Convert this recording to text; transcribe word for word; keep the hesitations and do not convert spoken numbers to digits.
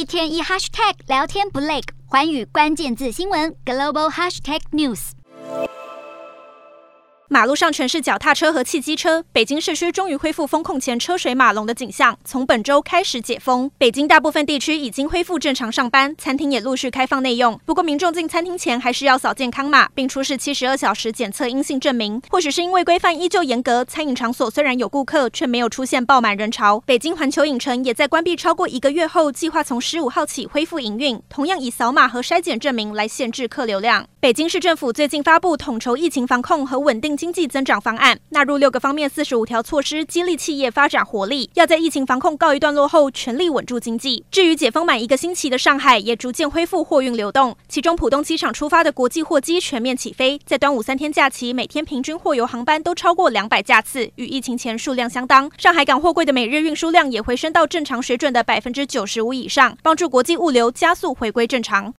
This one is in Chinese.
天一 hashtag 聊天不累，寰宇关键字新闻 global hashtag news。 马路上全是脚踏车和汽机车，北京市区终于恢复封控前车水马龙的景象。从本周开始解封，北京大部分地区已经恢复正常上班，餐厅也陆续开放内用。不过，民众进餐厅前还是要扫健康码，并出示七十二小时检测阴性证明。或许是因为规范依旧严格，餐饮场所虽然有顾客，却没有出现爆满人潮。北京环球影城也在关闭超过一个月后，计划从十五号起恢复营运，同样以扫码和筛检证明来限制客流量。北京市政府最近发布统筹疫情防控和稳定经济增长方案，纳入六个方面四十五条措施，激励企业发展活力。要在疫情防控告一段落后，全力稳住经济。至于解封满一个星期的上海，也逐渐恢复货运流动，其中浦东机场出发的国际货机全面起飞。在端午三天假期，每天平均货邮航班都超过两百架次，与疫情前数量相当。上海港货柜的每日运输量也回升到正常水准的百分之九十五以上，帮助国际物流加速回归正常。